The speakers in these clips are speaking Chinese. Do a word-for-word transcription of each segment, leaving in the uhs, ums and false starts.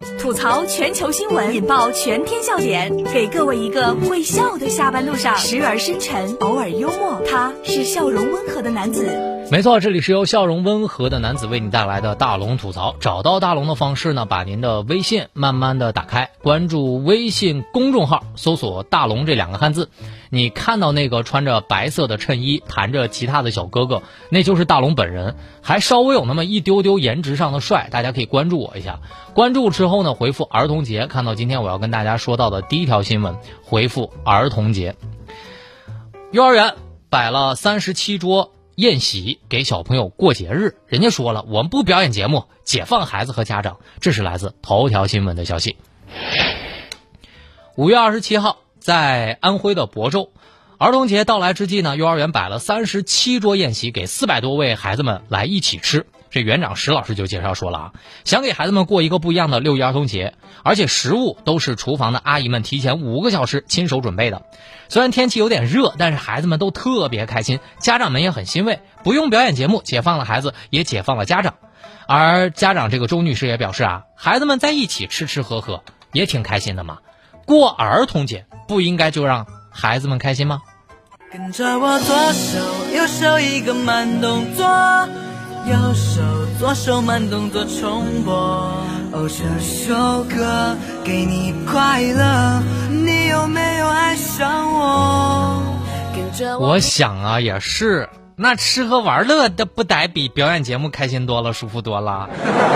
吐槽全球新闻，引爆全天笑点，给各位一个会笑的下班路上，时而深沉，偶尔幽默，他是笑容温和的男子。 没错，这里是由笑容温和的男子为你带来的大龙吐槽。找到大龙的方式呢，把您的微信慢慢的打开，关注微信公众号，搜索大龙这两个汉字，你看到那个穿着白色的衬衣弹着吉他的小哥哥，那就是大龙本人，还稍微有那么一丢丢颜值上的帅，大家可以关注我一下。关注之后呢，回复儿童节，看到今天我要跟大家说到的第一条新闻，回复儿童节。幼儿园摆了三十七桌宴席给小朋友过节日，人家说了，我们不表演节目，解放孩子和家长。这是来自头条新闻的消息。五月二十七号，在安徽的亳州，儿童节到来之际呢，幼儿园摆了三十七桌宴席给四百多位孩子们来一起吃。这园长石老师就介绍说了啊，想给孩子们过一个不一样的六一儿童节，而且食物都是厨房的阿姨们提前五个小时亲手准备的。虽然天气有点热，但是孩子们都特别开心，家长们也很欣慰，不用表演节目，解放了孩子，也解放了家长。而家长这个周女士也表示啊，孩子们在一起吃吃喝喝也挺开心的嘛，过儿童节不应该就让孩子们开心吗？ 跟着我左手右手一个慢动作，右手左手慢动作重播。哦，这首歌给你快乐，你有没有爱上我？跟着我。 我想啊，也是，那吃喝玩乐的不得比表演节目开心多了，舒服多了。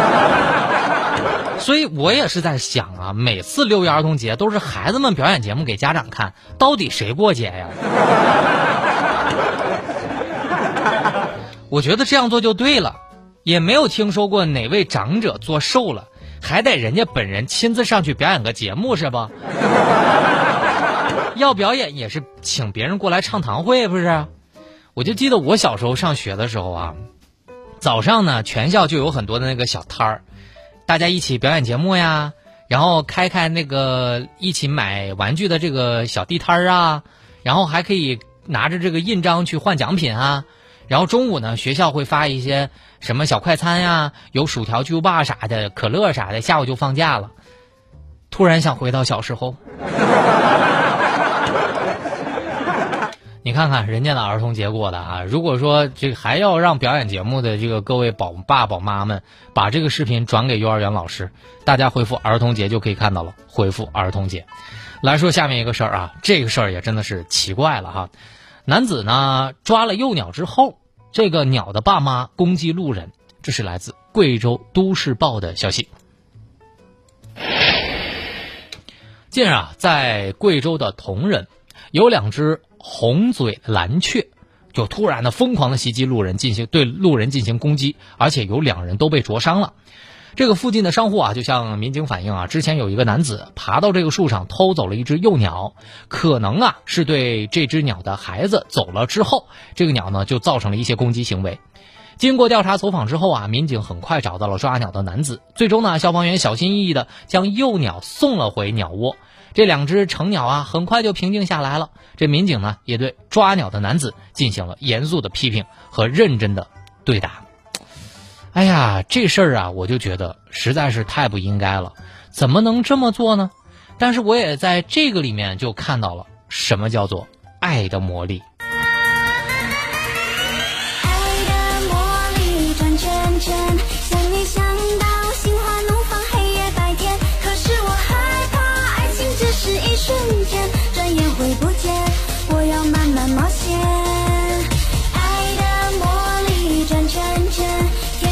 所以我也是在想啊，每次六一儿童节都是孩子们表演节目给家长看，到底谁过节呀？我觉得这样做就对了，也没有听说过哪位长者做瘦了还得人家本人亲自上去表演个节目是吧？要表演也是请别人过来唱堂会不是？我就记得我小时候上学的时候啊，早上呢全校就有很多的那个小摊儿，大家一起表演节目呀，然后开开那个一起买玩具的这个小地摊儿啊，然后还可以拿着这个印章去换奖品啊。然后中午呢，学校会发一些什么小快餐呀，有薯条、巨无霸啥的，可乐啥的，下午就放假了。突然想回到小时候。你看看人家的儿童节过的啊！如果说这个还要让表演节目的这个各位宝爸宝妈们把这个视频转给幼儿园老师，大家回复儿童节就可以看到了。回复儿童节，来说下面一个事儿啊，这个事儿也真的是奇怪了哈。男子呢抓了幼鸟之后，这个鸟的爸妈攻击路人，这是来自贵州都市报的消息。近日啊，在贵州的铜仁，有两只红嘴蓝雀就突然的疯狂的袭击路人，进行对路人进行攻击，而且有两人都被灼伤了。这个附近的商户啊，就向民警反映啊，之前有一个男子爬到这个树上偷走了一只幼鸟，可能啊是对这只鸟的孩子走了之后，这个鸟呢就造成了一些攻击行为。经过调查走访之后啊，民警很快找到了抓鸟的男子，最终呢消防员小心翼翼的将幼鸟送了回鸟窝。这两只成鸟啊很快就平静下来了。这民警呢也对抓鸟的男子进行了严肃的批评和认真的对答。哎呀，这事儿啊，我就觉得实在是太不应该了，怎么能这么做呢？但是我也在这个里面就看到了什么叫做爱的魔力。 爱的魔力转圈圈，想你想到心花怒放，黑夜白天，可是我害怕爱情只是一瞬间，转眼会不见，我要慢慢冒险。爱的魔力转圈圈，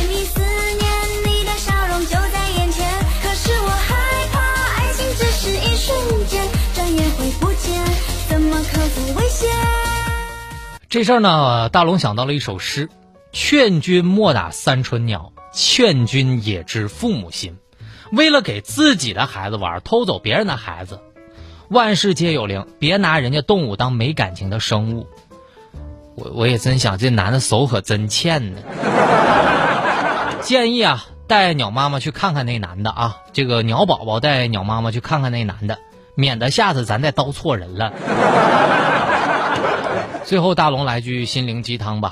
这事儿呢，大龙想到了一首诗：劝君莫打三春鸟，劝君也知父母心。为了给自己的孩子玩，偷走别人的孩子，万事皆有灵，别拿人家动物当没感情的生物。我我也真想，这男的手可真欠呢。建议啊，带鸟妈妈去看看那男的啊，这个鸟宝宝带鸟妈妈去看看那男的，免得下次咱再叨错人了。最后大龙来句心灵鸡汤吧，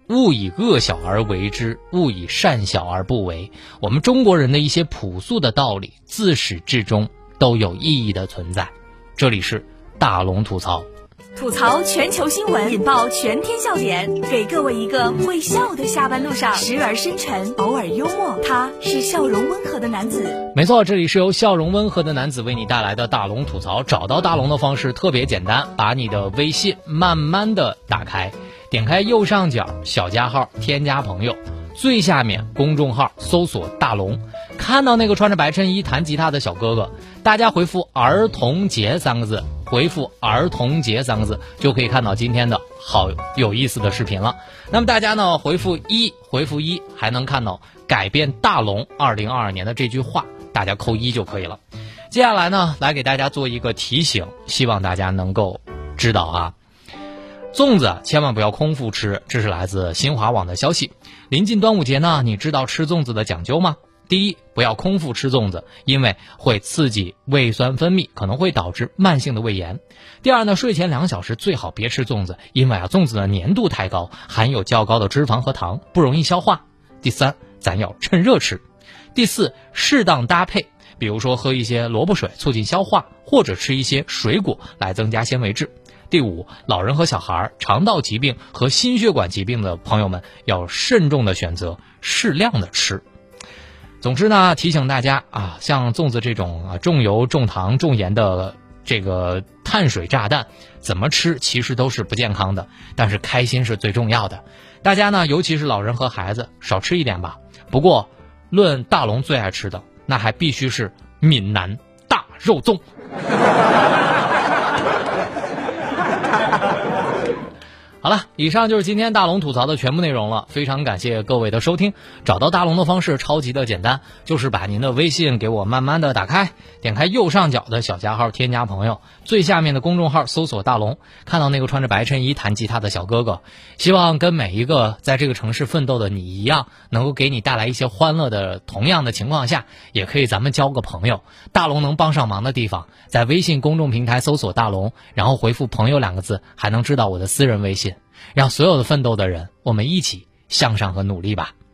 勿以恶小而为之，勿以善小而不为。我们中国人的一些朴素的道理，自始至终都有意义的存在。这里是大龙吐槽， 吐槽全球新闻，引爆全天笑点，给各位一个会笑的下班路上，时而深沉，偶尔幽默。他是笑容温和的男子。 没错，这里是由笑容温和的男子为你带来的大龙吐槽。找到大龙的方式特别简单，把你的微信慢慢的打开，点开右上角小加号，添加朋友，最下面公众号搜索大龙，看到那个穿着白衬衣弹吉他的小哥哥，大家回复儿童节三个字，回复儿童节三个字就可以看到今天的好有意思的视频了。那么大家呢回复一，回复一还能看到改变大龙二零二二年的这句话，大家扣一就可以了。接下来呢来给大家做一个提醒，希望大家能够知道啊，粽子千万不要空腹吃，这是来自新华网的消息。临近端午节呢，你知道吃粽子的讲究吗？第一，不要空腹吃粽子，因为会刺激胃酸分泌，可能会导致慢性的胃炎。第二呢，睡前两小时最好别吃粽子，因为啊，粽子的粘度太高，含有较高的脂肪和糖，不容易消化。第三，咱要趁热吃。第四，适当搭配，比如说喝一些萝卜水促进消化，或者吃一些水果来增加纤维质。第五，老人和小孩、肠道疾病和心血管疾病的朋友们要慎重的选择，适量的吃。总之呢，提醒大家啊，像粽子这种啊重油、重糖、重盐的这个碳水炸弹，怎么吃其实都是不健康的，但是开心是最重要的。大家呢，尤其是老人和孩子，少吃一点吧。不过，论大龙最爱吃的，那还必须是闽南大肉粽。好了，以上就是今天大龙吐槽的全部内容了，非常感谢各位的收听。找到大龙的方式超级的简单，就是把您的微信给我慢慢的打开，点开右上角的小加号添加朋友，最下面的公众号搜索大龙，看到那个穿着白衬衣弹吉他的小哥哥，希望跟每一个在这个城市奋斗的你一样，能够给你带来一些欢乐的。同样的情况下，也可以咱们交个朋友。大龙能帮上忙的地方，在微信公众平台搜索大龙，然后回复朋友两个字，还能知道我的私人微信。让所有的奋斗的人，我们一起向上和努力吧。